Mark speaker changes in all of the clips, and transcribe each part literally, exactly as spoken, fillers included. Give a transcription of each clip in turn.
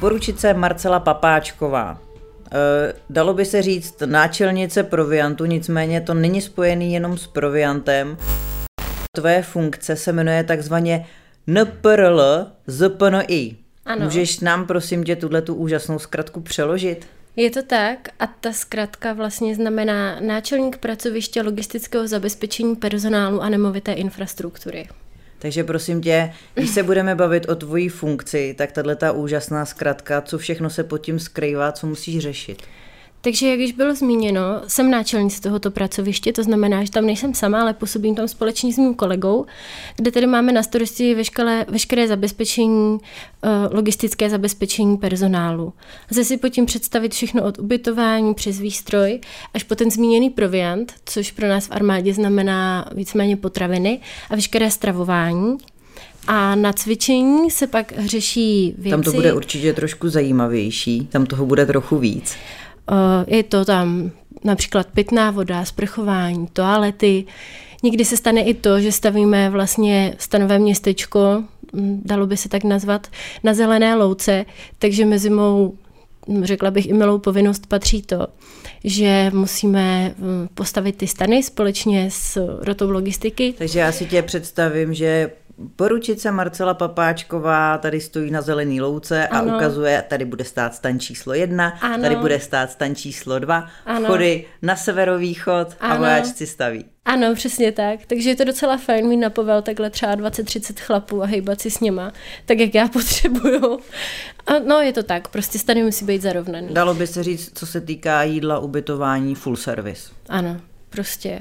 Speaker 1: Poručice Marcela Papáčková. E, dalo by se říct náčelnice proviantu, nicméně to není spojený jenom s proviantem. Tvoje funkce se jmenuje takzvaně N P R L Z P N I.
Speaker 2: Ano.
Speaker 1: Můžeš nám prosím tě tuhletu úžasnou zkratku přeložit?
Speaker 2: Je to tak a ta zkratka vlastně znamená náčelník pracoviště logistického zabezpečení personálu a nemovité infrastruktury.
Speaker 1: Takže prosím tě, když se budeme bavit o tvojí funkci, tak tato úžasná zkratka, co všechno se pod tím skrývá, co musíš řešit?
Speaker 2: Takže jak již bylo zmíněno, jsem náčelnice tohoto pracoviště, to znamená, že tam nejsem sama, ale působím tam společně s mým kolegou, kde tedy máme na starosti veškeré, veškeré zabezpečení, logistické zabezpečení personálu. Lze si pod tím představit všechno od ubytování přes výstroj až po ten zmíněný proviant, což pro nás v armádě znamená víceméně potraviny a veškeré stravování. A na cvičení se pak řeší věci.
Speaker 1: Tam to bude určitě trošku zajímavější, tam toho bude trochu víc.
Speaker 2: Je to tam například pitná voda, sprchování, toalety. Někdy se stane i to, že stavíme vlastně stanové městečko, dalo by se tak nazvat, na zelené louce, takže mezi mou, řekla bych, i milou povinnost patří to, že musíme postavit ty stany společně s rotou logistiky.
Speaker 1: Takže já si tě představím, že poručice Marcela Papáčková tady stojí na zelený louce a ano. ukazuje, tady bude stát stan číslo jedna, ano. tady bude stát stan číslo dva, ano. vchody na severovýchod ano. a vojáčci staví.
Speaker 2: Ano, přesně tak. Takže je to docela fajn mít na povel takhle třeba dvacet třicet chlapů a hejbat si s něma, tak jak já potřebuju. A no, je to tak, prostě stany musí být zarovnaný.
Speaker 1: Dalo by se říct, co se týká jídla, ubytování, full service.
Speaker 2: Ano, prostě.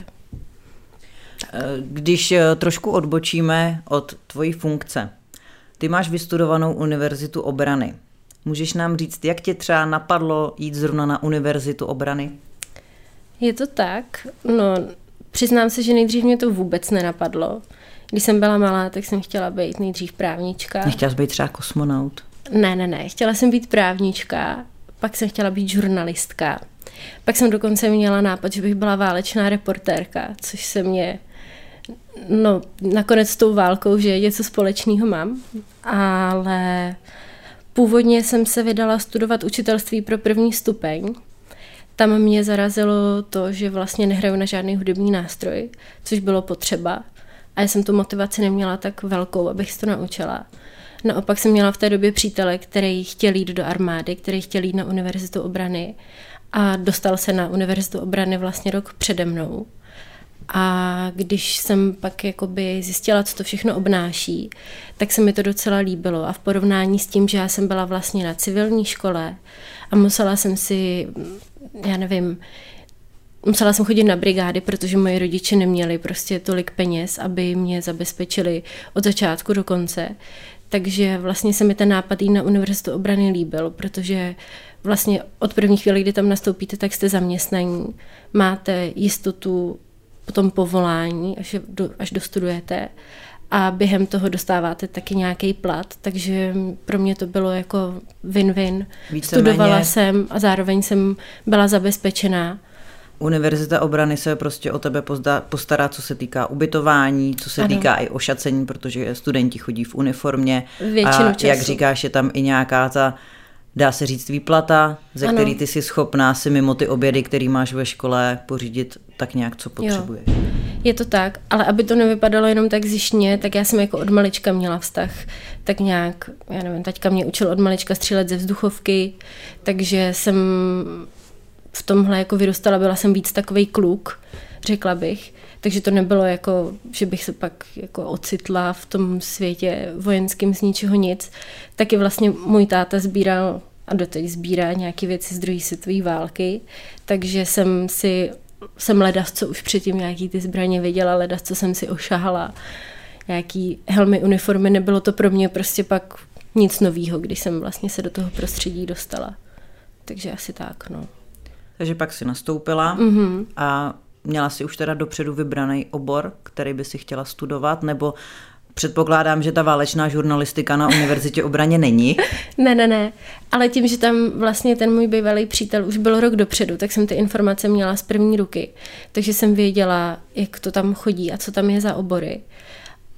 Speaker 1: Když trošku odbočíme od tvojí funkce, ty máš vystudovanou Univerzitu obrany. Můžeš nám říct, jak tě třeba napadlo jít zrovna na Univerzitu obrany?
Speaker 2: Je to tak. No, přiznám se, že nejdřív mě to vůbec nenapadlo. Když jsem byla malá, tak jsem chtěla být nejdřív právnička.
Speaker 1: Nechtěla jsi být třeba kosmonaut?
Speaker 2: Ne, ne, ne. Chtěla jsem být právnička, pak jsem chtěla být žurnalistka. Pak jsem dokonce měla nápad, že bych byla válečná reportérka, což se mě... No, nakonec s tou válkou, že něco společného mám, ale původně jsem se vydala studovat učitelství pro první stupeň. Tam mě zarazilo to, že vlastně nehraju na žádný hudební nástroj, což bylo potřeba. A já jsem tu motivaci neměla tak velkou, abych se to naučila. Naopak jsem měla v té době přítele, který chtěl jít do armády, který chtěl jít na Univerzitu obrany a dostal se na Univerzitu obrany vlastně rok přede mnou. A když jsem pak jakoby zjistila, co to všechno obnáší, tak se mi to docela líbilo. A v porovnání s tím, že já jsem byla vlastně na civilní škole a musela jsem si, já nevím, musela jsem chodit na brigády, protože moji rodiče neměli prostě tolik peněz, aby mě zabezpečili od začátku do konce. Takže vlastně se mi ten nápad jít na Univerzitu obrany líbil, protože vlastně od první chvíle, kdy tam nastoupíte, tak jste zaměstnaní, máte jistotu potom povolání, až, do, až dostudujete a během toho dostáváte taky nějaký plat, takže pro mě to bylo jako win-win. Víceméně... Studovala jsem a zároveň jsem byla zabezpečená.
Speaker 1: Univerzita obrany se prostě o tebe postará, co se týká ubytování, co se ano. týká i ošacení, protože studenti chodí v uniformě.
Speaker 2: Většinu
Speaker 1: a
Speaker 2: času.
Speaker 1: Jak říkáš, je tam i nějaká ta, dá se říct, výplata, ze ano. který ty jsi schopná si mimo ty obědy, který máš ve škole, pořídit tak nějak, co potřebuješ.
Speaker 2: Jo. Je to tak, ale aby to nevypadalo jenom tak zištně, tak já jsem jako od malička měla vztah. Tak nějak, já nevím, taťka mě učil od malička střílet ze vzduchovky, takže jsem v tomhle jako vyrůstala, byla jsem víc takovej kluk, řekla bych. Takže to nebylo jako, že bych se pak jako ocitla v tom světě vojenským z ničeho nic. Taky vlastně můj táta sbíral a doteď sbírá nějaké věci z druhé světové války, takže jsem si, jsem ledas, co už předtím nějaký ty zbraně viděla, ledas, co jsem si ošahala, nějaký helmy, uniformy, nebylo to pro mě prostě pak nic novýho, když jsem vlastně se do toho prostředí dostala. Takže asi tak, no.
Speaker 1: Takže pak si nastoupila mm-hmm. a měla si už teda dopředu vybraný obor, který by si chtěla studovat, nebo předpokládám, že ta válečná žurnalistika na Univerzitě obraně není?
Speaker 2: Ne, ne, ne, ale tím, že tam vlastně ten můj bývalý přítel už byl rok dopředu, tak jsem ty informace měla z první ruky, takže jsem věděla, jak to tam chodí a co tam je za obory.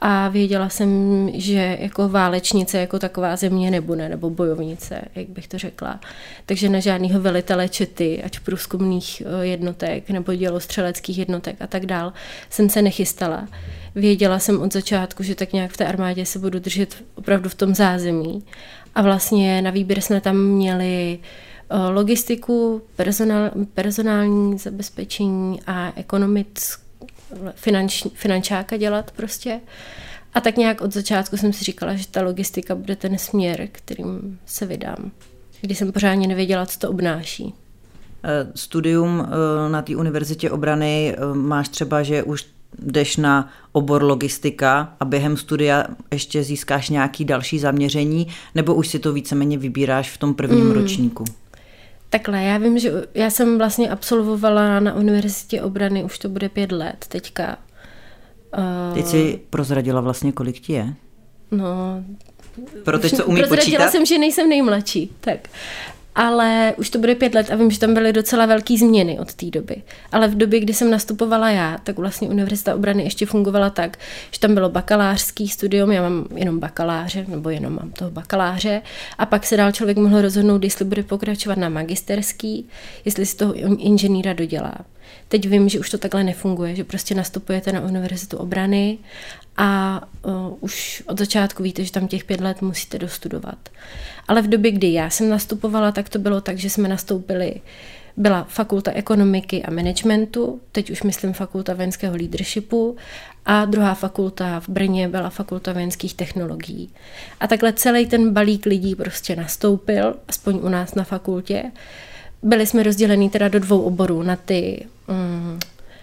Speaker 2: a věděla jsem, že jako válečnice jako taková země nebude, nebo bojovnice, jak bych to řekla. Takže na žádného velitele čety, ať průzkumných jednotek nebo dělostřeleckých jednotek a tak dál, jsem se nechystala. Věděla jsem od začátku, že tak nějak v té armádě se budu držet opravdu v tom zázemí. A vlastně na výběr jsme tam měli logistiku, personál, personální zabezpečení a ekonomické Finanč, finančáka dělat prostě. A tak nějak od začátku jsem si říkala, že ta logistika bude ten směr, kterým se vydám. Když jsem pořádně nevěděla, co to obnáší.
Speaker 1: Studium na té univerzitě obrany máš třeba, že už jdeš na obor logistika a během studia ještě získáš nějaký další zaměření, nebo už si to víceméně vybíráš v tom prvním mm. ročníku?
Speaker 2: Takhle, já vím, že já jsem vlastně absolvovala na univerzitě obrany, už to bude pět let teďka.
Speaker 1: Teď jsi prozradila vlastně, kolik ti je?
Speaker 2: No...
Speaker 1: Pro teď, co umí počítat?
Speaker 2: Prozradila jsem, že nejsem nejmladší, tak. Ale už to bude pět let a vím, že tam byly docela velké změny od té doby. Ale v době, kdy jsem nastupovala já, tak vlastně Univerzita obrany ještě fungovala tak, že tam bylo bakalářský studium, já mám jenom bakaláře, nebo jenom mám toho bakaláře, a pak se dál člověk mohl rozhodnout, jestli bude pokračovat na magisterský, jestli si toho inženýra dodělá. Teď vím, že už to takhle nefunguje, že prostě nastupujete na Univerzitu obrany a uh, už od začátku víte, že tam těch pět let musíte dostudovat. Ale v době, kdy já jsem nastupovala, tak to bylo tak, že jsme nastoupili, byla fakulta ekonomiky a managementu, teď už myslím fakulta vojenského leadershipu, a druhá fakulta v Brně byla fakulta vojenských technologií. A takhle celý ten balík lidí prostě nastoupil, aspoň u nás na fakultě. Byli jsme rozdělení teda do dvou oborů, na ty... Um,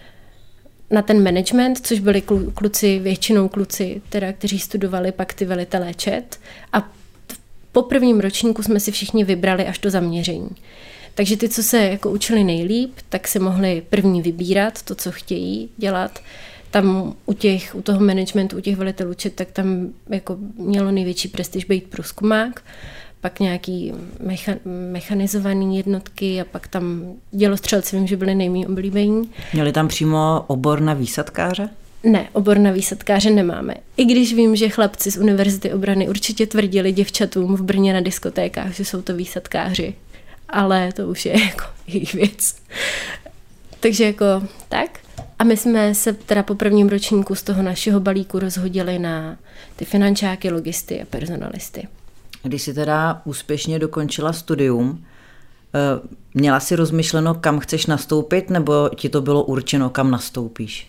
Speaker 2: na ten management, což byli kluci, většinou kluci, teda, kteří studovali pak ty velitelé čet, a po prvním ročníku jsme si všichni vybrali až to zaměření. Takže ty, co se jako učili nejlíp, tak se mohli první vybírat to, co chtějí dělat. Tam u těch, u toho managementu, u těch velitelů čet, tak tam jako mělo největší prestiž být průzkumák, pak nějaký mecha, mechanizovaný jednotky a pak tam dělostřelci, vím, že byli nejméně oblíbení.
Speaker 1: Měli tam přímo obor na výsadkáře?
Speaker 2: Ne, obor na výsadkáře nemáme. I když vím, že chlapci z Univerzity obrany určitě tvrdili děvčatům v Brně na diskotékách, že jsou to výsadkáři. Ale to už je jako jejich věc. Takže jako tak. A my jsme se teda po prvním ročníku z toho našeho balíku rozhodili na ty finančáky, logisty a personalisty.
Speaker 1: Když jsi teda úspěšně dokončila studium, měla jsi rozmyšleno, kam chceš nastoupit, nebo ti to bylo určeno, kam nastoupíš?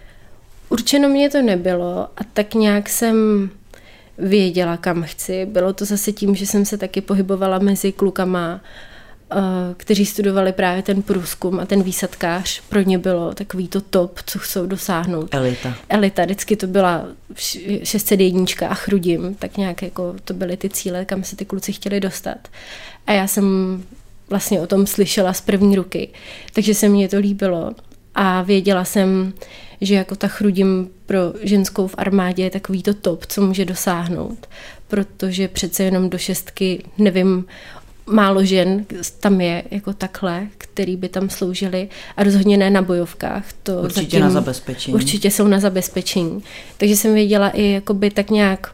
Speaker 2: Určeno mě to nebylo a tak nějak jsem věděla, kam chci. Bylo to zase tím, že jsem se taky pohybovala mezi klukama, kteří studovali právě ten průzkum a ten výsadkář. Pro ně bylo takový to top, co chcou dosáhnout.
Speaker 1: Elita.
Speaker 2: Elita, vždycky to byla šest set jedna a Chrudim, tak nějak jako to byly ty cíle, kam se ty kluci chtěli dostat. A já jsem vlastně o tom slyšela z první ruky, takže se mně to líbilo a věděla jsem, že jako ta Chrudim pro ženskou v armádě je takový to top, co může dosáhnout, protože přece jenom do šestky, nevím, málo žen tam je jako takhle, který by tam sloužili a rozhodně ne na bojovkách. To
Speaker 1: určitě
Speaker 2: zatím,
Speaker 1: na zabezpečení.
Speaker 2: Určitě jsou na zabezpečení. Takže jsem věděla i jakoby tak nějak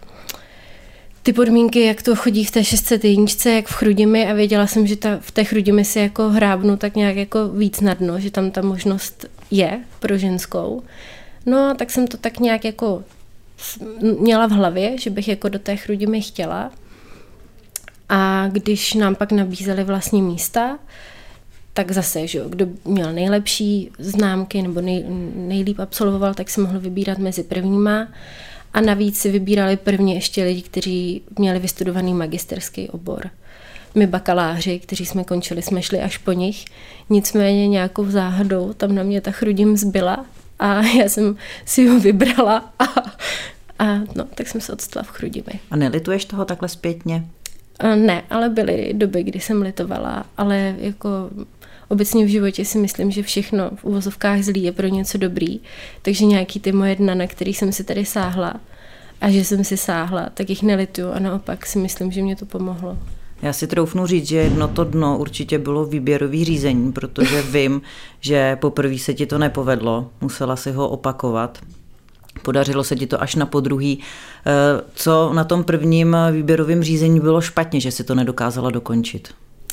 Speaker 2: ty podmínky, jak to chodí v té šest set jedna, jak v Chrudimi, a věděla jsem, že ta, v té Chrudimi si jako hrábnu tak nějak jako víc na dno, že tam ta možnost je pro ženskou. No a tak jsem to tak nějak jako měla v hlavě, že bych jako do té Chrudimi chtěla. A když nám pak nabízeli vlastní místa, tak zase, že kdo měl nejlepší známky nebo nej, nejlíp absolvoval, tak si mohl vybírat mezi prvníma. A navíc si vybírali prvně ještě lidi, kteří měli vystudovaný magisterský obor. My bakaláři, kteří jsme končili, jsme šli až po nich. Nicméně nějakou záhadou tam na mě ta Chrudim zbyla a já jsem si ho vybrala a, a no, tak jsem se odstala v Chrudimi.
Speaker 1: A nelituješ toho takhle zpětně?
Speaker 2: Ne, ale byly doby, kdy jsem litovala, ale jako obecně v životě si myslím, že všechno v uvozovkách zlý je pro něco dobrý, takže nějaký ty moje dna, na který jsem si tady sáhla a že jsem si sáhla, tak jich nelituju a naopak si myslím, že mě to pomohlo.
Speaker 1: Já si troufnu říct, že jedno to dno určitě bylo výběrový řízení, protože vím, že poprvé se ti to nepovedlo, musela si ho opakovat. Podařilo se ti to až na podruhý. Co na tom prvním výběrovém řízení bylo špatně, že si to nedokázala dokončit?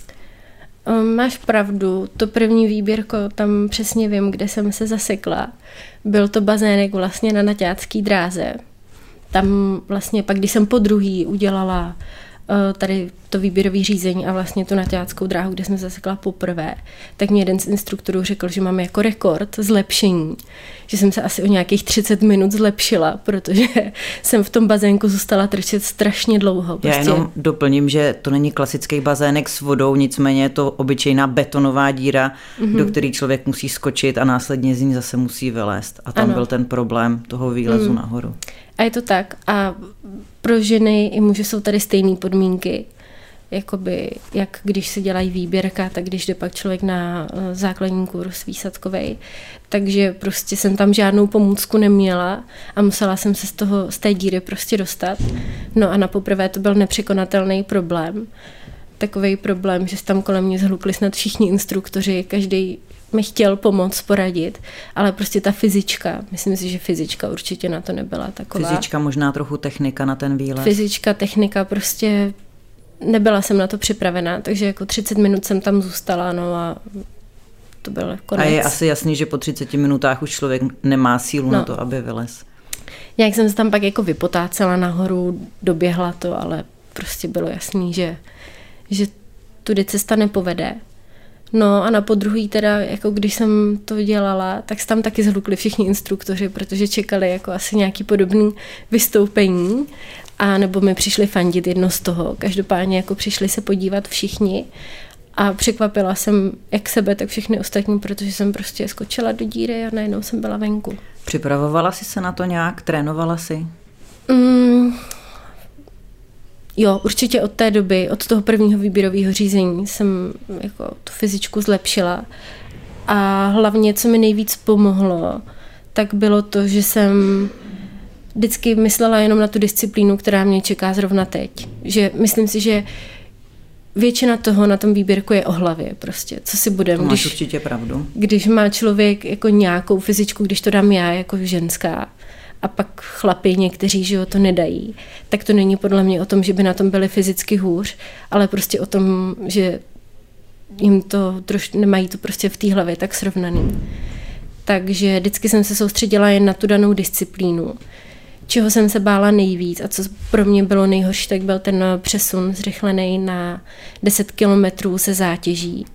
Speaker 2: Máš pravdu, to první výběrko, tam přesně vím, kde jsem se zasekla. Byl to bazének vlastně na naťácký dráze. Tam vlastně pak, když jsem po druhý udělala tady to výběrové řízení a vlastně tu naťáckou dráhu, kde jsem zasekla poprvé, tak mě jeden z instruktorů řekl, že mám jako rekord zlepšení, že jsem se asi o nějakých třicet minut zlepšila, protože jsem v tom bazénku zůstala trčet strašně dlouho.
Speaker 1: Prostě. Já jenom doplním, že to není klasický bazének s vodou, nicméně je to obyčejná betonová díra, mm-hmm. do které člověk musí skočit a následně z ní zase musí vylézt. A tam ano. byl ten problém toho výlezu mm. nahoru.
Speaker 2: A je to tak. A pro ženy i muže jsou tady stejné podmínky, jakoby, jak když se dělají výběrka, tak když jde pak člověk na základní kurz výsadkovej. Takže prostě jsem tam žádnou pomůcku neměla a musela jsem se z toho, z té díry prostě dostat. No a na poprvé to byl nepřekonatelný problém. Takovej problém, že tam kolem mě zhlukli snad všichni instruktoři, každý mi chtěl pomoct, poradit, ale prostě ta fyzička, myslím si, že fyzička určitě na to nebyla taková.
Speaker 1: Fyzička, možná trochu technika na ten výlet.
Speaker 2: Fyzička, technika, prostě nebyla jsem na to připravená, takže jako třicet minut jsem tam zůstala, no a to byl konec.
Speaker 1: A je asi jasný, že po třiceti minutách už člověk nemá sílu no. na to, aby vylez.
Speaker 2: Nějak jsem se tam pak jako vypotácela nahoru, doběhla to, ale prostě bylo jasný, že, že tudy cesta nepovede. No a na podruhý teda, jako když jsem to dělala, tak se tam taky zhlukli všichni instruktoři, protože čekali jako asi nějaký podobný vystoupení a nebo mi přišli fandit jedno z toho. Každopádně jako přišli se podívat všichni a překvapila jsem jak sebe, tak všechny ostatní, protože jsem prostě skočila do díry a najednou jsem byla venku.
Speaker 1: Připravovala jsi se na to nějak? Trénovala jsi?
Speaker 2: Mm, jo, určitě od té doby, od toho prvního výběrového řízení jsem jako tu fyzičku zlepšila a hlavně, co mi nejvíc pomohlo, tak bylo to, že jsem vždycky myslela jenom na tu disciplínu, která mě čeká zrovna teď. Že myslím si, že většina toho na tom výběrku je o hlavě prostě, co si budem.
Speaker 1: To máš
Speaker 2: když,
Speaker 1: určitě pravdu.
Speaker 2: Když má člověk jako nějakou fyzičku, když to dám já jako ženská, a pak chlapi někteří, že jo, to nedají, tak to není podle mě o tom, že by na tom byli fyzicky hůř, ale prostě o tom, že jim to trošku, nemají to prostě v té hlavě tak srovnaný. Takže vždycky jsem se soustředila jen na tu danou disciplínu. Čeho jsem se bála nejvíc a co pro mě bylo nejhorší, tak byl ten přesun zrychlený na deset kilometrů se zátěží.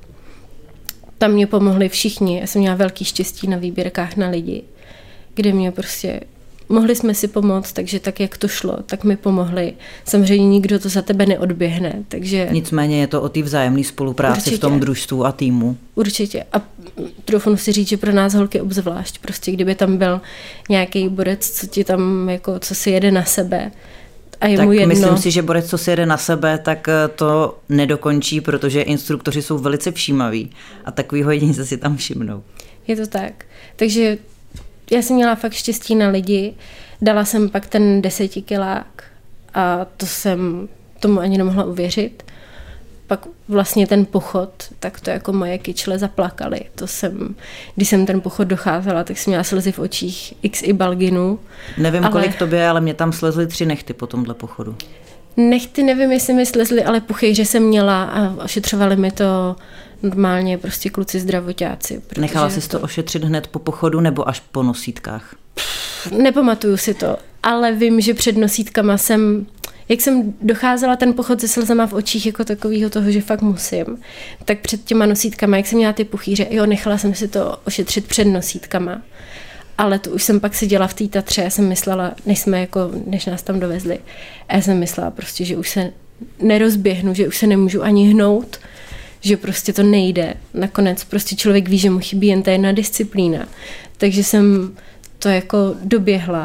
Speaker 2: Tam mě pomohli všichni, já jsem měla velký štěstí na výběrkách na lidi, kde mě prostě mohli jsme si pomoct, takže tak, jak to šlo, tak mi pomohli. Samozřejmě nikdo to za tebe neodběhne, takže...
Speaker 1: Nicméně je to o té vzájemné spolupráci určitě. V tom družstvu a týmu.
Speaker 2: Určitě. A troufnu si říct, že pro nás holky obzvlášť. Prostě kdyby tam byl nějaký borec, co ti tam, jako, co si jede na sebe a je
Speaker 1: tak
Speaker 2: mu jedno...
Speaker 1: myslím si, že borec, co si jede na sebe, tak to nedokončí, protože instruktoři jsou velice všímaví a takovýho jedince si tam všimnou.
Speaker 2: Je to tak. Takže já jsem měla fakt štěstí na lidi, dala jsem pak ten desetikilák a to jsem tomu ani nemohla uvěřit. Pak vlastně ten pochod, tak to jako moje kyčle zaplakaly. To jsem, když jsem ten pochod docházela, tak jsem měla slzy v očích, x i balginu.
Speaker 1: Nevím, ale... kolik tobě, ale mě tam slezly tři nechty po tomhle pochodu.
Speaker 2: Nechty nevím, jestli mi slezly, ale puchejře jsem měla a ošetřovali mi to normálně prostě kluci zdravoťáci.
Speaker 1: Nechala jsi to ošetřit hned po pochodu nebo až po nosítkách?
Speaker 2: Nepamatuju si to, ale vím, že před nosítkama jsem, jak jsem docházela ten pochod se slzama v očích jako takovýho toho, že fakt musím, tak před těma nosítkama, jak jsem měla ty puchýře, jo, nechala jsem si to ošetřit před nosítkama. Ale to už jsem pak seděla v té Tatře, já jsem myslela, než jsme jako, než nás tam dovezli, a já jsem myslela prostě, že už se nerozběhnu, že už se nemůžu ani hnout, že prostě to nejde. Nakonec prostě člověk ví, že mu chybí jen ta jedna disciplína. Takže jsem to jako doběhla.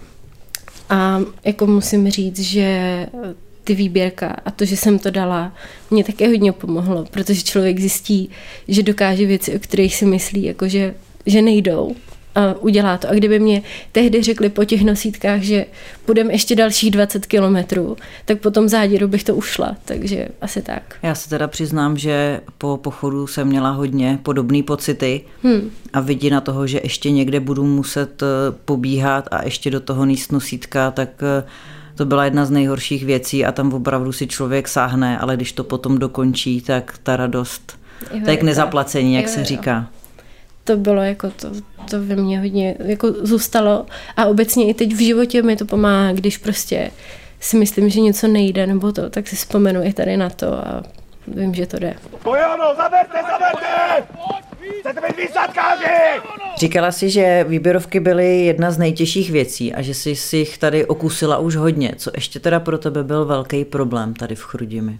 Speaker 2: A jako musím říct, že ty výběrka a to, že jsem to dala, mě také hodně pomohlo, protože člověk zjistí, že dokáže věci, o kterých si myslí, jako že, že nejdou. a udělá to. A kdyby mě tehdy řekli po těch nosítkách, že půjdeme ještě dalších dvacet kilometrů, tak po tom záděru bych to ušla, takže asi tak.
Speaker 1: Já se teda přiznám, že po pochodu jsem měla hodně podobné pocity hmm. a vidina toho, že ještě někde budu muset pobíhat a ještě do toho níst nosítka, tak to byla jedna z nejhorších věcí a tam opravdu si člověk sáhne, ale když to potom dokončí, tak ta radost, jo, tak nezaplacení, jak jo, se říká. Jo.
Speaker 2: To bylo jako to, to ve mně hodně jako zůstalo a obecně i teď v životě mi to pomáhá, když prostě si myslím, že něco nejde nebo to, tak si vzpomenu i tady na to a vím, že to jde.
Speaker 3: Bojano, zaberte, zaberte! Chcete být výsadkáři!
Speaker 1: Říkala si, že výběrovky byly jedna z nejtěžších věcí a že jsi si jich tady okusila už hodně. Co ještě teda pro tebe byl velký problém tady v Chrudimi?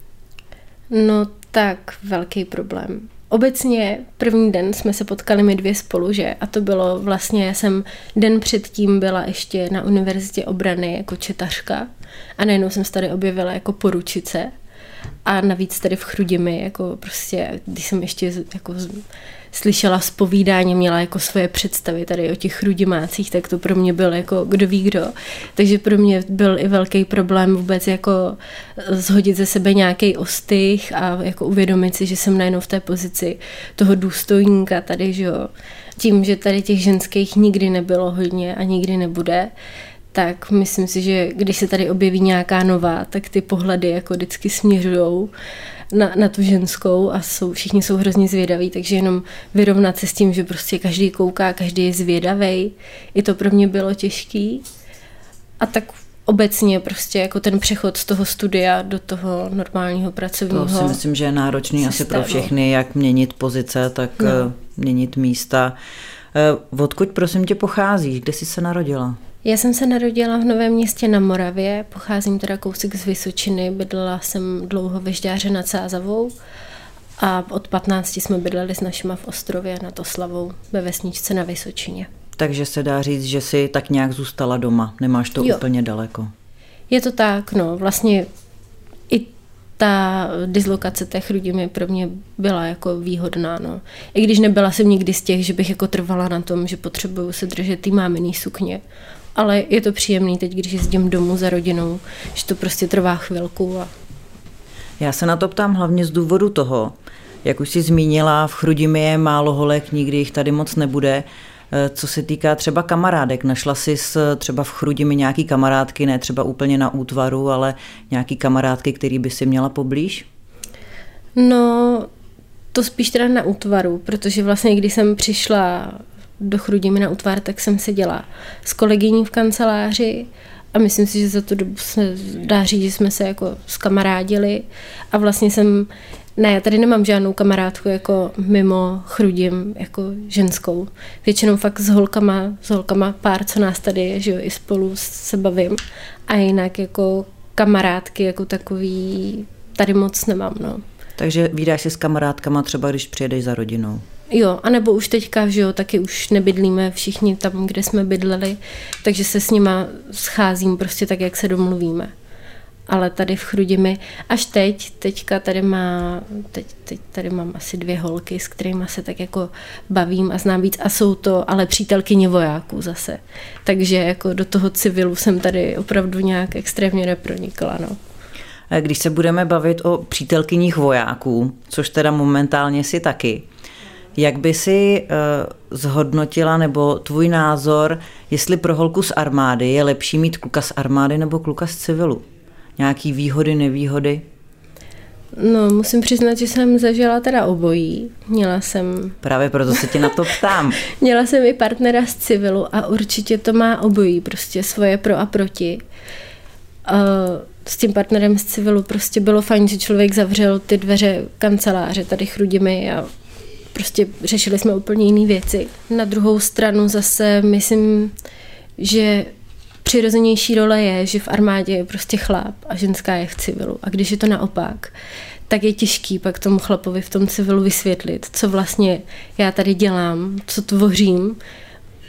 Speaker 2: No tak, velký problém. Obecně první den jsme se potkali my dvě spolu, že? A to bylo vlastně, já jsem den předtím byla ještě na Univerzitě obrany jako četařka a najednou jsem se tady objevila jako poručice a navíc tady v Chrudimi, jako prostě, když jsem ještě jako slyšela zpovídání, měla jako svoje představy tady o těch chrudimácích, tak to pro mě byl jako kdo ví kdo. Takže pro mě byl i velký problém vůbec jako zhodit ze sebe nějaký ostych a jako uvědomit si, že jsem najednou v té pozici toho důstojníka tady, že jo. Tím, že tady těch ženských nikdy nebylo hodně a nikdy nebude, tak myslím si, že když se tady objeví nějaká nová, tak ty pohledy jako vždycky směřujou na, na tu ženskou a jsou, všichni jsou hrozně zvědaví, takže jenom vyrovnat se s tím, že prostě každý kouká, každý je zvědavej. I to pro mě bylo těžký. A tak obecně prostě jako ten přechod z toho studia do toho normálního pracovního
Speaker 1: To si myslím, že je náročný systému. Asi pro všechny, jak měnit pozice, tak no. měnit místa. Odkud prosím tě pocházíš? Kde jsi se narodila?
Speaker 2: Já jsem se narodila v Novém Městě na Moravě, pocházím teda kousek z Vysočiny, bydlela jsem dlouho ve Žďáře nad Sázavou a od patnácti jsme bydleli s našima v Ostrově nad Oslavou ve vesničce na Vysočině.
Speaker 1: Takže se dá říct, že jsi tak nějak zůstala doma, nemáš to jo. úplně daleko.
Speaker 2: Je to tak, no, vlastně i ta dislokace té Chrudimi pro mě byla jako výhodná, no. I když nebyla jsem nikdy z těch, že bych jako trvala na tom, že potřebuju se držet ty máminý sukně. Ale je to příjemný teď, když jezdím domů za rodinou, že to prostě trvá chvilku. A...
Speaker 1: Já se na to ptám hlavně z důvodu toho, jak už jsi zmínila, v Chrudimi je málo holek, nikdy jich tady moc nebude. Co se týká třeba kamarádek, našla jsi třeba v Chrudimi nějaký kamarádky, ne třeba úplně na útvaru, ale nějaký kamarádky, který by si měla poblíž?
Speaker 2: No, to spíš teda na útvaru, protože vlastně když jsem přišla do Chrudimi na útvar, tak jsem seděla s kolegyní v kanceláři a myslím si, že za tu dobu se dá říct, že jsme se jako zkamarádili a vlastně jsem, ne, já tady nemám žádnou kamarádku jako mimo Chrudim, jako ženskou. Většinou fakt s holkama, s holkama pár, co nás tady je, že jo, i spolu se bavím a jinak jako kamarádky jako takový tady moc nemám, no.
Speaker 1: Takže vídáš se s kamarádkama třeba, když přijedeš za rodinou?
Speaker 2: Jo, anebo už teďka, že jo, taky už nebydlíme všichni tam, kde jsme bydleli, takže se s nima scházím prostě tak, jak se domluvíme. Ale tady v Chrudimi, až teď, teďka tady má, teď, teď tady mám asi dvě holky, s kterými se tak jako bavím a znám víc a jsou to ale přítelkyně vojáků zase. Takže jako do toho civilu jsem tady opravdu nějak extrémně nepronikla, no.
Speaker 1: Když se budeme bavit o přítelkyních vojáků, což teda momentálně si taky, jak by si uh, zhodnotila nebo tvůj názor, jestli pro holku z armády je lepší mít kluka z armády nebo kluka z civilu? Nějaký výhody, nevýhody?
Speaker 2: No, musím přiznat, že jsem zažila teda obojí. Měla jsem...
Speaker 1: Právě proto se tě na to ptám.
Speaker 2: Měla jsem i partnera z civilu a určitě to má obojí, prostě svoje pro a proti. Uh, s tím partnerem z civilu prostě bylo fajn, že člověk zavřel ty dveře kanceláře tady Chrudimi a prostě řešili jsme úplně jiné věci. Na druhou stranu zase myslím, že přirozenější role je, že v armádě je prostě chlap a ženská je v civilu. A když je to naopak, tak je těžký pak tomu chlapovi v tom civilu vysvětlit, co vlastně já tady dělám, co tvořím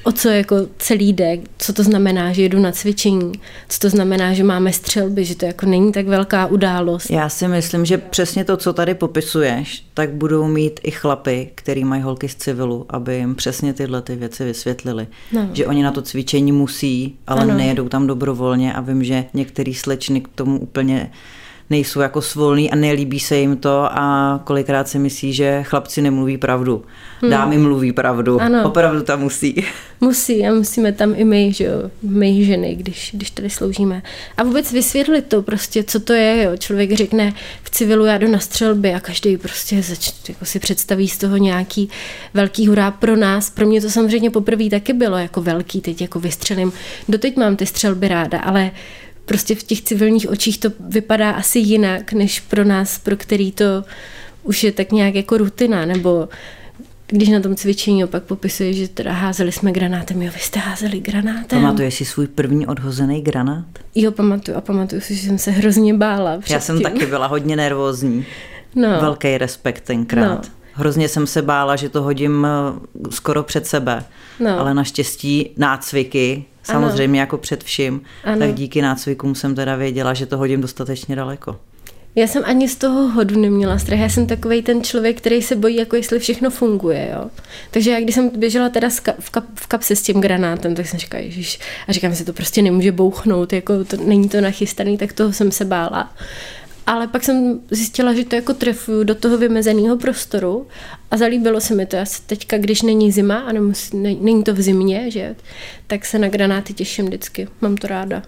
Speaker 2: o co jako celý jde, co to znamená, že jedu na cvičení, co to znamená, že máme střelby, že to jako není tak velká událost.
Speaker 1: Já si myslím, že přesně to, co tady popisuješ, tak budou mít i chlapy, který mají holky z civilu, aby jim přesně tyhle ty věci vysvětlili. No. Že oni na to cvičení musí, ale ano. nejedou tam dobrovolně a vím, že některý slečny k tomu úplně nejsou jako svolný a nelíbí se jim to a kolikrát si myslí, že chlapci nemluví pravdu. Dámy hmm. mluví pravdu. Ano. Opravdu tam musí.
Speaker 2: Musí a musíme tam i my, že jo, my ženy, když, když tady sloužíme. A vůbec vysvětlit to prostě, co to je, jo. Člověk řekne v civilu já jdu na střelby a každý prostě zač, jako si představí z toho nějaký velký hurá pro nás. Pro mě to samozřejmě poprvé taky bylo jako velký, teď jako vystřelím. Doteď mám ty střelby ráda, ale prostě v těch civilních očích to vypadá asi jinak, než pro nás, pro který to už je tak nějak jako rutina, nebo když na tom cvičení opak popisuje, že teda házeli jsme granátem. Jo, vy jste házeli granátem.
Speaker 1: Pamatuješ si svůj první odhozený granát?
Speaker 2: Jo, pamatuju a pamatuju si, že jsem se hrozně bála.
Speaker 1: Já jsem tím. taky byla hodně nervózní. No. Velký respekt tenkrát. No. Hrozně jsem se bála, že to hodím skoro před sebe. No. Ale naštěstí nácviky, samozřejmě ano. jako před vším, ano. tak díky nácvikům jsem teda věděla, že to hodím dostatečně daleko.
Speaker 2: Já jsem ani z toho hodu neměla strach. Já jsem takovej ten člověk, který se bojí, jako jestli všechno funguje. Jo? Takže já, když jsem běžela teda v, kap, v kapse s tím granátem, tak jsem říkala, ježiš, a říkám si, to prostě nemůže bouchnout, jako to, není to nachystaný, tak toho jsem se bála. Ale pak jsem zjistila, že to jako trefuju do toho vymezeného prostoru a zalíbilo se mi to. Já se teďka, když není zima a nemusí, ne, není to v zimě, že, tak se na granáty těším vždycky. Mám to ráda.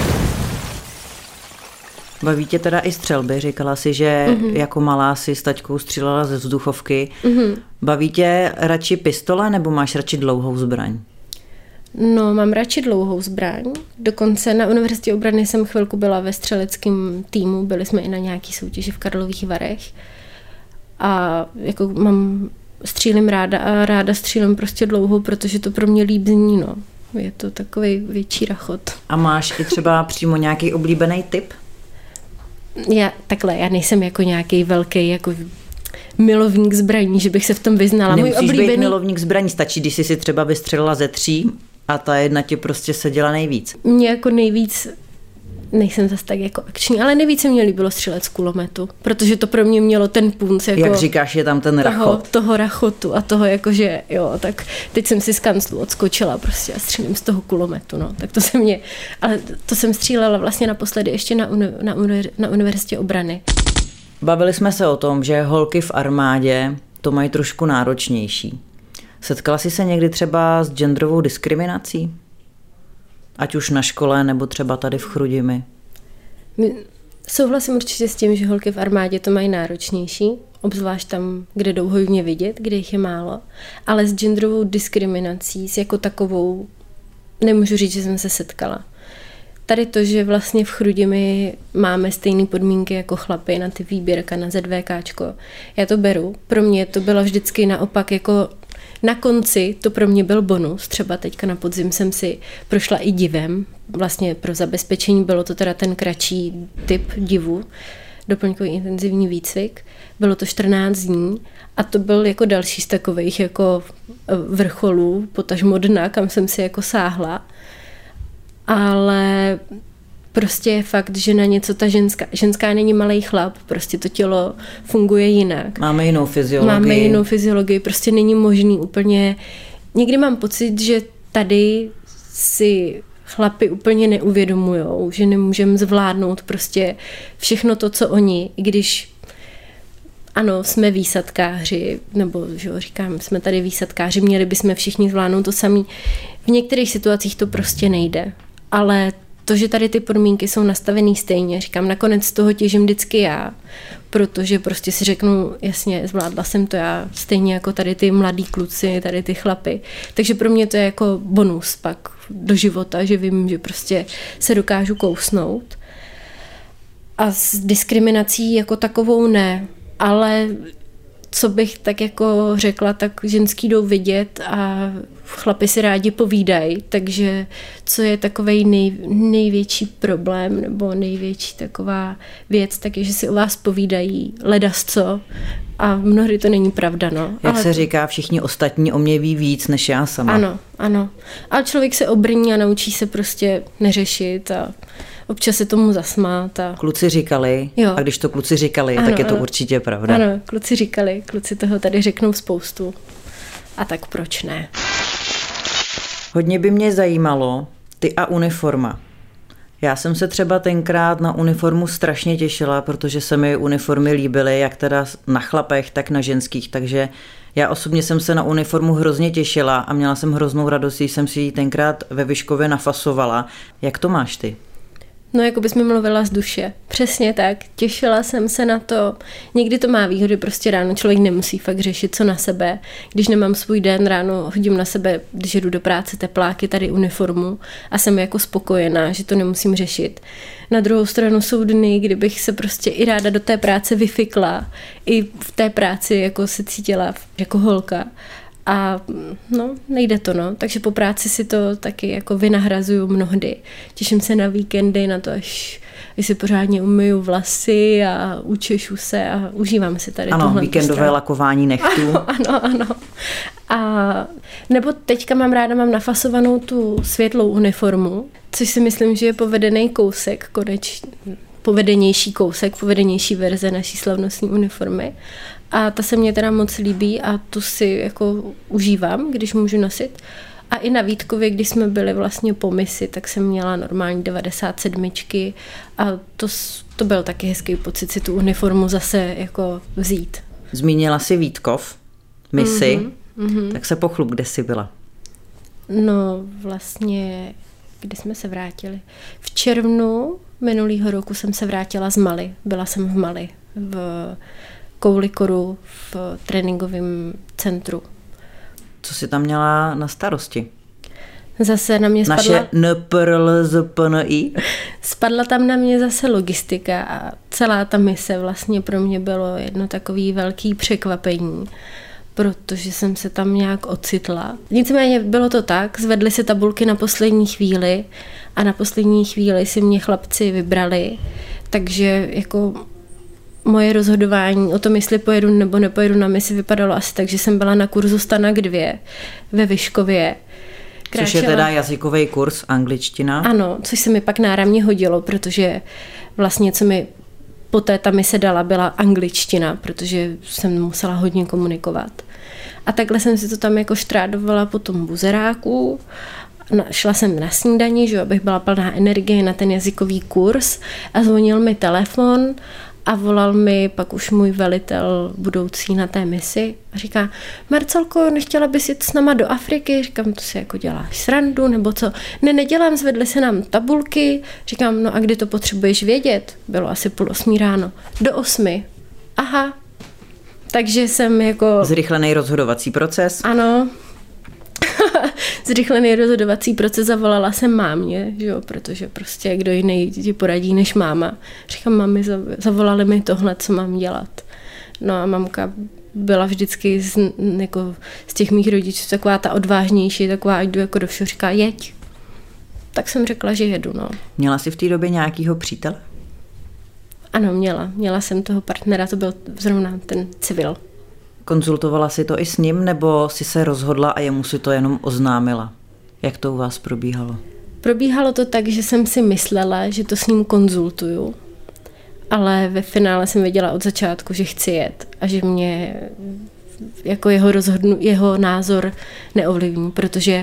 Speaker 1: Baví tě teda i střelby? Říkala si, že mm-hmm. jako malá si s taťkou střílela ze vzduchovky. Mm-hmm. Baví tě radši pistole nebo máš radši dlouhou zbraň?
Speaker 2: No, mám radši dlouhou zbraň. Dokonce na Univerzitě obrany jsem chvilku byla ve střeleckém týmu, byli jsme i na nějaký soutěži v Karlových Varech. A jako mám, střílím ráda a ráda střílím prostě dlouhou, protože to pro mě líp zní, no. Je to takový větší rachot.
Speaker 1: A máš i třeba přímo nějaký oblíbený typ?
Speaker 2: Já, takhle, já nejsem jako nějaký velký jako milovník zbraní, že bych se v tom vyznala.
Speaker 1: Nemusíš Můj oblíbený... být milovník zbraní, stačí, když jsi si třeba vystřelila ze tří a ta jedna ti prostě seděla nejvíc.
Speaker 2: Mně jako nejvíc, nejsem zase tak jako akční, ale nejvíc se mě líbilo střílet z kulometu, protože to pro mě mělo ten punc. Jako
Speaker 1: jak říkáš, je tam ten rachot.
Speaker 2: Toho, toho rachotu a toho jakože, jo, tak teď jsem si z kanclu odskočila prostě a střílím z toho kulometu, no, tak to se mě, ale to jsem střílela vlastně naposledy ještě na, uni, na, uni, na Univerzitě obrany.
Speaker 1: Bavili jsme se o tom, že holky v armádě to mají trošku náročnější. Setkala jsi se někdy třeba s genderovou diskriminací? Ať už na škole, nebo třeba tady v Chrudimi?
Speaker 2: Souhlasím určitě s tím, že holky v armádě to mají náročnější, obzvlášť tam, kde jdou hodně vidět, kde jich je málo. Ale s genderovou diskriminací, s jako takovou, nemůžu říct, že jsem se setkala. Tady to, že vlastně v Chrudimi máme stejné podmínky jako chlapy na ty výběrka, na ZVKčko. Já to beru. Pro mě to bylo vždycky naopak jako na konci, to pro mě byl bonus. Třeba teďka na podzim jsem si prošla i divem. Vlastně pro zabezpečení bylo to teda ten kratší typ divu, doplňkový intenzivní výcvik. Bylo to čtrnáct dní a to byl jako další z takových jako vrcholů, potažmo dna, kam jsem si jako sáhla. Ale prostě je fakt, že na něco ta ženská, ženská není malej chlap, prostě to tělo funguje jinak.
Speaker 1: Máme jinou fyziologii.
Speaker 2: Máme jinou fyziologii, prostě není možný úplně, někdy mám pocit, že tady si chlapi úplně neuvědomujou, že nemůžeme zvládnout prostě všechno to, co oni, i když ano, jsme výsadkáři, nebo že říkám, jsme tady výsadkáři, měli bychom všichni zvládnout to samý. V některých situacích to prostě nejde, ale to, že tady ty podmínky jsou nastavený stejně, říkám, nakonec z toho těžím vždycky já, protože prostě si řeknu, jasně, zvládla jsem to já, stejně jako tady ty mladí kluci, tady ty chlapy. Takže pro mě to je jako bonus pak do života, že vím, že prostě se dokážu kousnout. A s diskriminací jako takovou ne, ale co bych tak jako řekla, tak ženský jdou vidět a chlapi si rádi povídají, takže co je takovej nej, největší problém nebo největší taková věc, tak je, že si o vás povídají ledasco a mnohdy to není pravda, no.
Speaker 1: Jak
Speaker 2: ale
Speaker 1: se říká, všichni ostatní o mě ví víc než já sama.
Speaker 2: Ano, ano. Ale člověk se obrní a naučí se prostě neřešit a občas se tomu zasmát. A...
Speaker 1: Kluci říkali, jo. A když to kluci říkali, ano, tak je to ano. určitě pravda.
Speaker 2: Ano, kluci říkali, kluci toho tady řeknou spoustu. A tak proč ne?
Speaker 1: Hodně by mě zajímalo ty a uniforma. Já jsem se třeba tenkrát na uniformu strašně těšila, protože se mi uniformy líbily, jak teda na chlapech, tak na ženských, takže já osobně jsem se na uniformu hrozně těšila a měla jsem hroznou radost, když jsem si ji tenkrát ve Vyškově nafasovala. Jak to máš ty?
Speaker 2: No, jako bys mi mluvila z duše. Přesně tak. Těšila jsem se na to. Někdy to má výhody, prostě ráno člověk nemusí fakt řešit, co na sebe. Když nemám svůj den, ráno hodím na sebe, když jdu do práce, tepláky, tady uniformu a jsem jako spokojená, že to nemusím řešit. Na druhou stranu jsou dny, kdybych se prostě i ráda do té práce vyfikla. I v té práci jako se cítila jako holka. A no, nejde to, no. Takže po práci si to taky jako vynahrazuju mnohdy. Těším se na víkendy, na to, až, až si pořádně umyju vlasy a učešu se a užívám si tady
Speaker 1: ano,
Speaker 2: tuhle
Speaker 1: víkendové
Speaker 2: stranu.
Speaker 1: Lakování nechtů.
Speaker 2: Ano, ano, ano. A nebo teďka mám ráda, mám nafasovanou tu světlou uniformu, což si myslím, že je povedený kousek, konečně povedenější kousek, povedenější verze naší slavnostní uniformy. A ta se mně teda moc líbí a tu si jako užívám, když můžu nosit. A i na Vítkově, když jsme byli vlastně po misi, tak jsem měla normální devadesát sedm a to, to byl taky hezký pocit si tu uniformu zase jako vzít.
Speaker 1: Zmínila jsi Vítkov, misi,
Speaker 2: mm-hmm, mm-hmm.
Speaker 1: tak se pochlup, kde jsi byla?
Speaker 2: No vlastně, kdy jsme se vrátili? V červnu minulýho roku jsem se vrátila z Mali. Byla jsem v Mali, v Koulikoru, v tréninkovém centru.
Speaker 1: Co jsi tam měla na starosti?
Speaker 2: Zase na mě spadla...
Speaker 1: Naše N P R L Z P N I?
Speaker 2: Spadla tam na mě zase logistika a celá ta mise vlastně pro mě bylo jedno takový velký překvapení, protože jsem se tam nějak ocitla. Nicméně bylo to tak, zvedly se tabulky na poslední chvíli a na poslední chvíli si mě chlapci vybrali, takže jako moje rozhodování o tom, jestli pojedu nebo nepojedu na misi, vypadalo asi tak, že jsem byla na kurzu Stanak dva ve Vyškově.
Speaker 1: Kráčela. Což je teda jazykový kurz, angličtina.
Speaker 2: Ano, což se mi pak náramně hodilo, protože vlastně, co mi poté ta mise dala, byla angličtina, protože jsem musela hodně komunikovat. A takhle jsem si to tam jako štrádovala po tom buzeráku. Šla jsem na snídani, že abych byla plná energie na ten jazykový kurz a zvonil mi telefon a volal mi pak už můj velitel budoucí na té misi a říká: Marcelko, nechtěla bys jít s náma do Afriky? Říkám, to si jako děláš srandu nebo co? Ne, nedělám, zvedly se nám tabulky. Říkám, no a kdy to potřebuješ vědět? Bylo asi půl osmí ráno. Do osmi. Aha. Takže jsem jako...
Speaker 1: Zrychlený rozhodovací proces.
Speaker 2: Ano. Zrychlený rozhodovací proces, zavolala jsem mámě, že jo, protože prostě kdo jiný ti poradí než máma. Říkám, mami, zavolali mi tohle, co mám dělat. No a mamka byla vždycky z, jako, z těch mých rodičů taková ta odvážnější, taková, ať jdu jako do všeho, říká, jeď. Tak jsem řekla, že jedu, no.
Speaker 1: Měla jsi v té době nějakýho přítele?
Speaker 2: Ano, měla. Měla jsem toho partnera, to byl zrovna ten civil.
Speaker 1: Konzultovala si to i s ním, nebo si se rozhodla a jemu si to jenom oznámila? Jak to u vás probíhalo?
Speaker 2: Probíhalo to tak, že jsem si myslela, že to s ním konzultuju, ale ve finále jsem věděla od začátku, že chci jet a že mě jako jeho, rozhodnu, jeho názor neovlivní, protože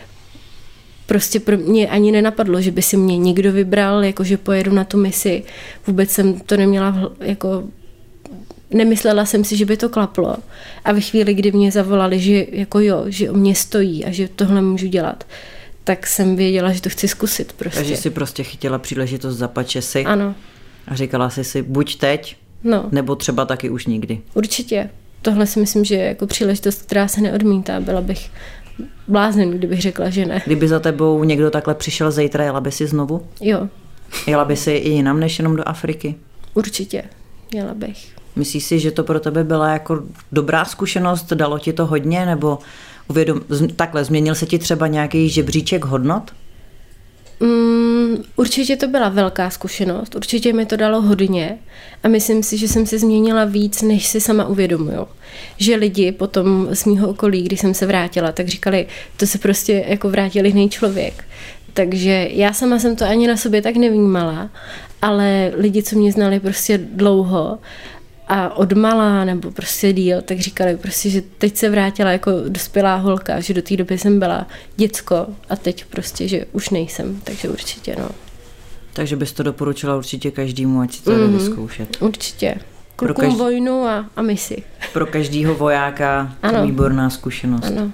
Speaker 2: prostě pro mě ani nenapadlo, že by si mě někdo vybral, jako že pojedu na tu misi. Vůbec jsem to neměla jako... Nemyslela jsem si, že by to klaplo. A ve chvíli, kdy mě zavolali, že jako jo, že o mě stojí a že tohle můžu dělat, tak jsem věděla, že to chci zkusit prostě.
Speaker 1: Takže jsi prostě chytila příležitost za pačesy.
Speaker 2: Ano.
Speaker 1: A říkala jsi si buď teď,
Speaker 2: no.
Speaker 1: nebo třeba taky už nikdy.
Speaker 2: Určitě. Tohle si myslím, že je jako příležitost, která se neodmítá. Byla bych blázen, kdybych řekla, že ne.
Speaker 1: Kdyby za tebou někdo takhle přišel zítra, jela by si znovu?
Speaker 2: Jo.
Speaker 1: Jela by si i jinam než jenom do Afriky?
Speaker 2: Určitě. Jela bych.
Speaker 1: Myslíš si, že to pro tebe byla jako dobrá zkušenost, dalo ti to hodně, nebo uvědom, takhle, změnil se ti třeba nějaký žebříček hodnot?
Speaker 2: Mm, určitě to byla velká zkušenost, určitě mi to dalo hodně a myslím si, že jsem se změnila víc, než si sama uvědomuju. Že lidi potom z mýho okolí, když jsem se vrátila, tak říkali, to se prostě jako vrátil jiný člověk. Takže já sama jsem to ani na sobě tak nevnímala, ale lidi, co mě znali prostě dlouho a odmala nebo prostě díl, tak říkali prostě, že teď se vrátila jako dospělá holka, že do té doby jsem byla děcko a teď prostě, že už nejsem, takže určitě, no.
Speaker 1: Takže bys to doporučila určitě každému, ať si to mm-hmm. vyzkoušet.
Speaker 2: Určitě. Klukům každý... vojnu a, a misi.
Speaker 1: Pro každýho vojáka ano. Výborná zkušenost.
Speaker 2: Ano.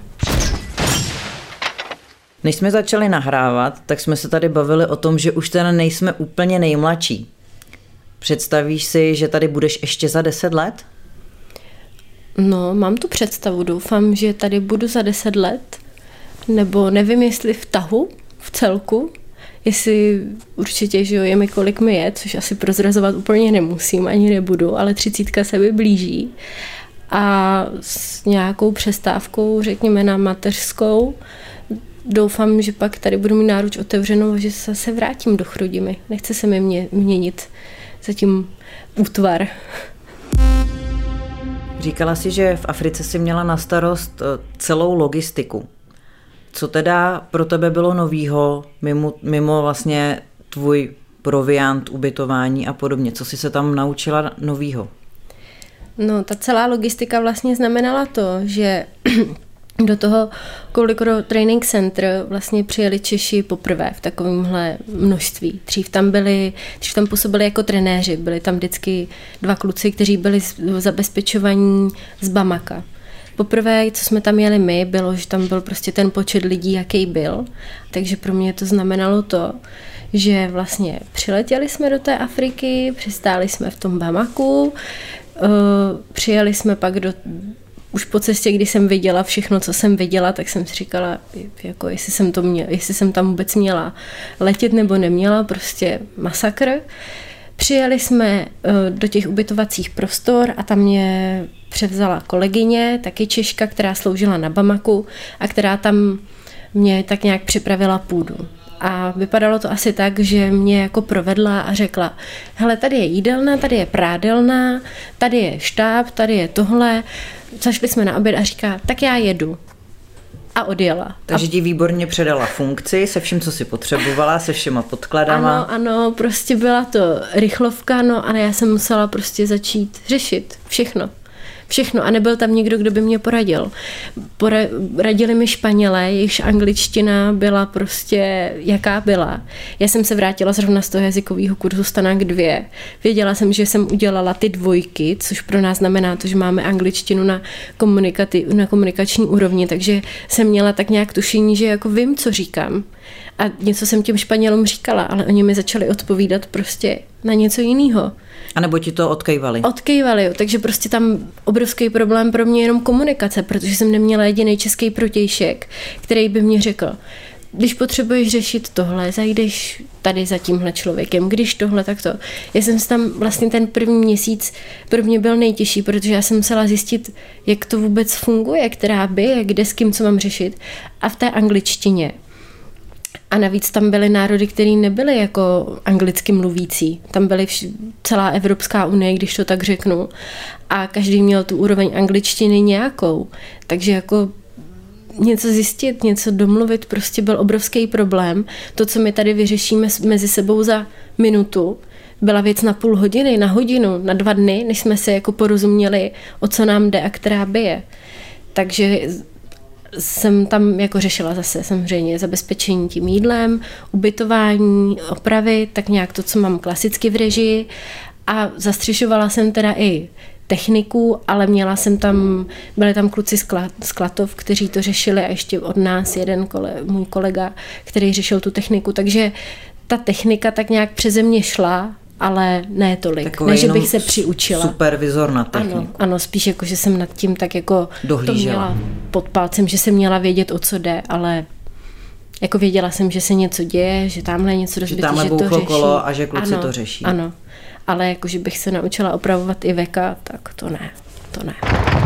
Speaker 1: Než jsme začali nahrávat, tak jsme se tady bavili o tom, že už teda nejsme úplně nejmladší. Představíš si, že tady budeš ještě za deset let?
Speaker 2: No, mám tu představu. Doufám, že tady budu za deset let. Nebo nevím, jestli v tahu, v celku. Jestli určitě, že jo, je mi kolik mi je, což asi prozrazovat úplně nemusím, ani nebudu, ale třicítka se mi blíží. A s nějakou přestávkou, řekněme na mateřskou, doufám, že pak tady budu mít náruč otevřenou a že se, se vrátím do Chrudimi. Nechce se mi mě, měnit zatím útvar.
Speaker 1: Říkala jsi, že v Africe jsi měla na starost celou logistiku. Co teda pro tebe bylo novýho, mimo, mimo vlastně tvůj proviant, ubytování a podobně? Co jsi se tam naučila novýho?
Speaker 2: No, ta celá logistika vlastně znamenala to, že do toho Koulikoro Training Center vlastně přijeli Češi poprvé v takovémhle množství. Dřív tam byli, dřív tam působili jako trenéři, byli tam vždycky dva kluci, kteří byli zabezpečovaní z Bamaka. Poprvé, co jsme tam jeli my, bylo, že tam byl prostě ten počet lidí, jaký byl. Takže pro mě to znamenalo to, že vlastně přiletěli jsme do té Afriky, přistáli jsme v tom Bamaku, uh, přijeli jsme pak do... Už po cestě, kdy jsem viděla všechno, co jsem viděla, tak jsem si říkala, jako jestli jsem, to měla, jestli jsem tam vůbec měla letět nebo neměla, prostě masakr. Přijeli jsme do těch ubytovacích prostor a tam mě převzala kolegyně, taky Češka, která sloužila na Bamaku a která tam mě tak nějak připravila půdu. A vypadalo to asi tak, že mě jako provedla a řekla, hele, tady je jídelna, tady je prádelna, tady je štáb, tady je tohle. Zašli jsme na oběd a říká, tak já jedu. A odjela.
Speaker 1: Takže ti výborně předala funkci se vším, co si potřebovala, se všema podkladama.
Speaker 2: Ano, ano, prostě byla to rychlovka, no a já jsem musela prostě začít řešit všechno. Všechno a nebyl tam nikdo, kdo by mě poradil. Poradili mi Španělé, jejichž angličtina byla prostě jaká byla. Já jsem se vrátila zrovna z toho jazykového kurzu Stanák dva. Věděla jsem, že jsem udělala ty dvojky, což pro nás znamená to, že máme angličtinu na, na komunikační úrovni, takže jsem měla tak nějak tušení, že jako vím, co říkám. A něco jsem těm Španělům říkala, ale oni mi začali odpovídat prostě na něco jiného.
Speaker 1: A nebo ti to odkejvali?
Speaker 2: Odkejvali, jo. Takže prostě tam obrovský problém pro mě jenom komunikace, protože jsem neměla jediný český protějšek, který by mě řekl, když potřebuješ řešit tohle, zajdeš tady za tímhle člověkem, když tohle, tak to. Já jsem tam vlastně ten první měsíc pro mě byl nejtěžší, protože já jsem musela zjistit, jak to vůbec funguje, která by, kde s kým, co mám řešit. A v té angličtině. A navíc tam byly národy, které nebyly jako anglicky mluvící. Tam byly vš- celá Evropská unie, když to tak řeknu. A každý měl tu úroveň angličtiny nějakou. Takže jako něco zjistit, něco domluvit prostě byl obrovský problém. To, co my tady vyřešíme mezi sebou za minutu, byla věc na půl hodiny, na hodinu, na dva dny, než jsme se jako porozuměli, o co nám jde a která bije. Takže jsem tam jako řešila zase samozřejmě zabezpečení tím jídlem, ubytování, opravy, tak nějak to, co mám klasicky v režii a zastřešovala jsem teda i techniku, ale měla jsem tam, byli tam kluci z Klatov, kteří to řešili a ještě od nás jeden kole, můj kolega, který řešil tu techniku, takže ta technika tak nějak přeze mě šla, ale ne tolik, takový ne, že bych se přiučila.
Speaker 1: Supervizor na techniku.
Speaker 2: Ano, ano, spíš jako, že jsem nad tím tak jako
Speaker 1: dohlížela.
Speaker 2: To měla pod palcem, že jsem měla vědět, o co jde, ale jako věděla jsem, že se něco děje, že tamhle něco rozbitý, že, že to řeší.
Speaker 1: kolo a že kluci
Speaker 2: ano,
Speaker 1: to řeší.
Speaker 2: Ano, ale jako, že bych se naučila opravovat i veka, tak to ne, to ne.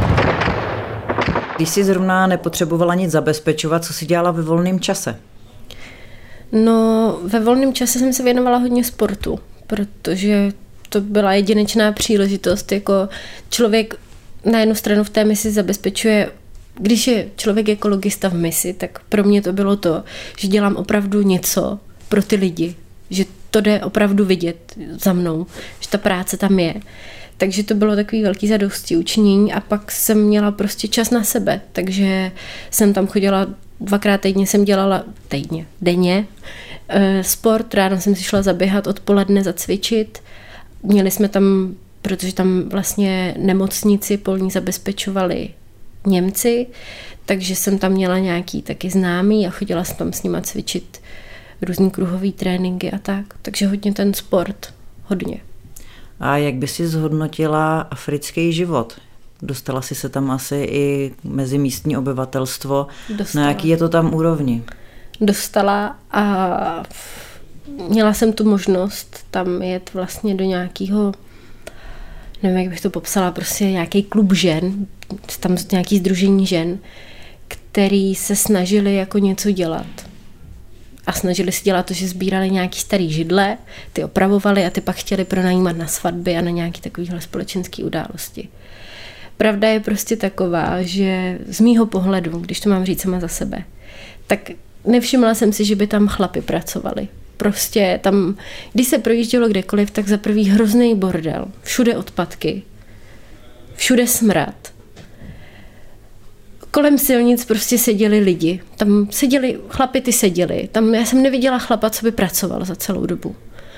Speaker 1: Když jsi zrovna nepotřebovala nic zabezpečovat, co jsi dělala ve volném čase?
Speaker 2: No, ve volném čase jsem se věnovala hodně sportu, protože to byla jedinečná příležitost, jako člověk na jednu stranu v té misi zabezpečuje, když je člověk ekologista v misi, tak pro mě to bylo to, že dělám opravdu něco pro ty lidi, že to jde opravdu vidět za mnou, že ta práce tam je. Takže to bylo takový velký zadosti učinění a pak jsem měla prostě čas na sebe, takže jsem tam chodila dvakrát týdně, jsem dělala týdně, denně sport, ráno jsem si šla zaběhat, odpoledne zacvičit. Měli jsme tam, protože tam vlastně nemocnici polní zabezpečovali Němci, takže jsem tam měla nějaký taky známý a chodila jsem tam s nima cvičit různý kruhový tréninky a tak. Takže hodně ten sport, hodně.
Speaker 1: A jak by si zhodnotila africký život? Dostala jsi se tam asi i mezi místní obyvatelstvo.
Speaker 2: Dostala.
Speaker 1: Na jaký je to tam úrovni?
Speaker 2: Dostala a měla jsem tu možnost tam jet vlastně do nějakého, nevím, jak bych to popsala, prostě nějaký klub žen, tam nějaký sdružení žen, který se snažili jako něco dělat. A snažili si dělat to, že sbírali nějaký starý židle, ty opravovali a ty pak chtěli pronajímat na svatby a na nějaké takovéhle společenské události. Pravda je prostě taková, že z mýho pohledu, když to mám říct sama za sebe, tak nevšimla jsem si, že by tam chlapi pracovali. Prostě tam, když se projíždělo kdekoliv, tak za prvý hrozný bordel, všude odpadky, všude smrad. Kolem silnic prostě seděli lidi, tam seděli, chlapi ty seděli, tam já jsem neviděla chlapa, co by pracoval za celou dobu.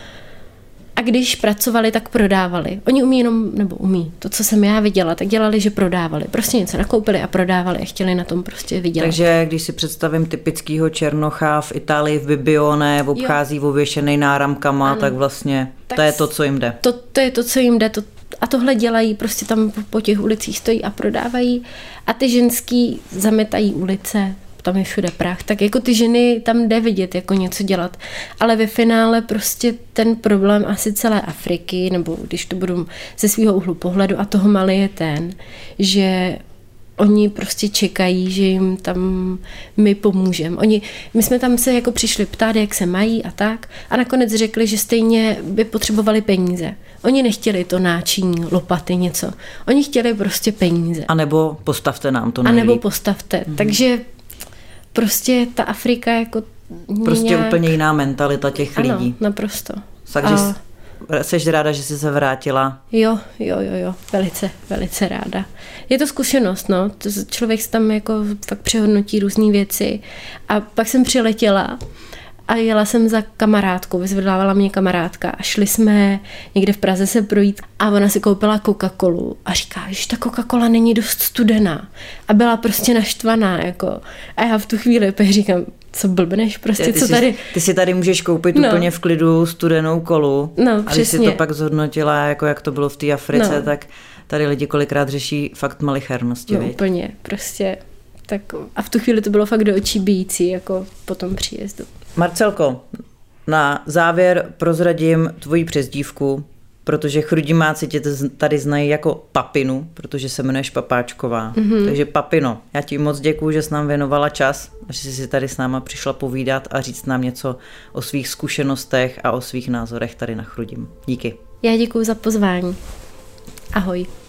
Speaker 2: A když pracovali, tak prodávali. Oni umí jenom, nebo umí, to, co jsem já viděla, tak dělali, že prodávali. Prostě něco nakoupili a prodávali a chtěli na tom prostě vydělat.
Speaker 1: Takže když si představím typického černocha v Itálii, v Bibione, obchází ověšený náramkama, ano. tak vlastně tak to je to, co jim jde.
Speaker 2: To, to je to, co jim jde. To, a tohle dělají, prostě tam po těch ulicích stojí a prodávají. A ty ženský zametají ulice, tam je všude prach, tak jako ty ženy tam jde vidět, jako něco dělat. Ale ve finále prostě ten problém asi celé Afriky, nebo když to budu ze svého úhlu pohledu a toho Mali je ten, že oni prostě čekají, že jim tam my pomůžeme. Oni, my jsme tam se jako přišli ptát, jak se mají a tak a nakonec řekli, že stejně by potřebovali peníze. Oni nechtěli to náčiní, lopaty, něco. Oni chtěli prostě peníze.
Speaker 1: A nebo postavte nám to
Speaker 2: nejlíp. A nebo postavte. Mhm. Takže prostě ta Afrika jako
Speaker 1: prostě
Speaker 2: nějak...
Speaker 1: úplně jiná mentalita těch
Speaker 2: ano,
Speaker 1: lidí.
Speaker 2: Naprosto.
Speaker 1: Takže a... jsi ráda, že jsi se vrátila?
Speaker 2: Jo, jo, jo, jo, velice, velice ráda. Je to zkušenost, no, člověk se tam jako fakt přehodnotí různý věci a pak jsem přiletěla a jela jsem za kamarádkou, vyzvedávala mě kamarádka a šli jsme někde v Praze se projít a ona si koupila Coca-Colu a říká, že ta Coca-Cola není dost studená a byla prostě naštvaná, jako a já v tu chvíli říkám, co blbneš, prostě,
Speaker 1: ty
Speaker 2: co
Speaker 1: si,
Speaker 2: tady...
Speaker 1: Ty si tady můžeš koupit no. úplně v klidu studenou kolu.
Speaker 2: No,
Speaker 1: a když si to pak zhodnotila, jako jak to bylo v té Africe, no. tak tady lidi kolikrát řeší fakt malichernosti.
Speaker 2: No, úplně, prostě. Tak, a v tu chvíli to bylo fakt do očí bijící, jako po tom příjezdu.
Speaker 1: Marcelko, na závěr prozradím tvoji přezdívku, protože chrudimáci tě tady znají jako Papinu, protože se jmenuješ Papáčková. Mm-hmm. Takže Papino, já ti moc děkuju, že jsi nám věnovala čas a že jsi si tady s náma přišla povídat a říct nám něco o svých zkušenostech a o svých názorech tady na Chrudim. Díky.
Speaker 2: Já děkuju za pozvání. Ahoj.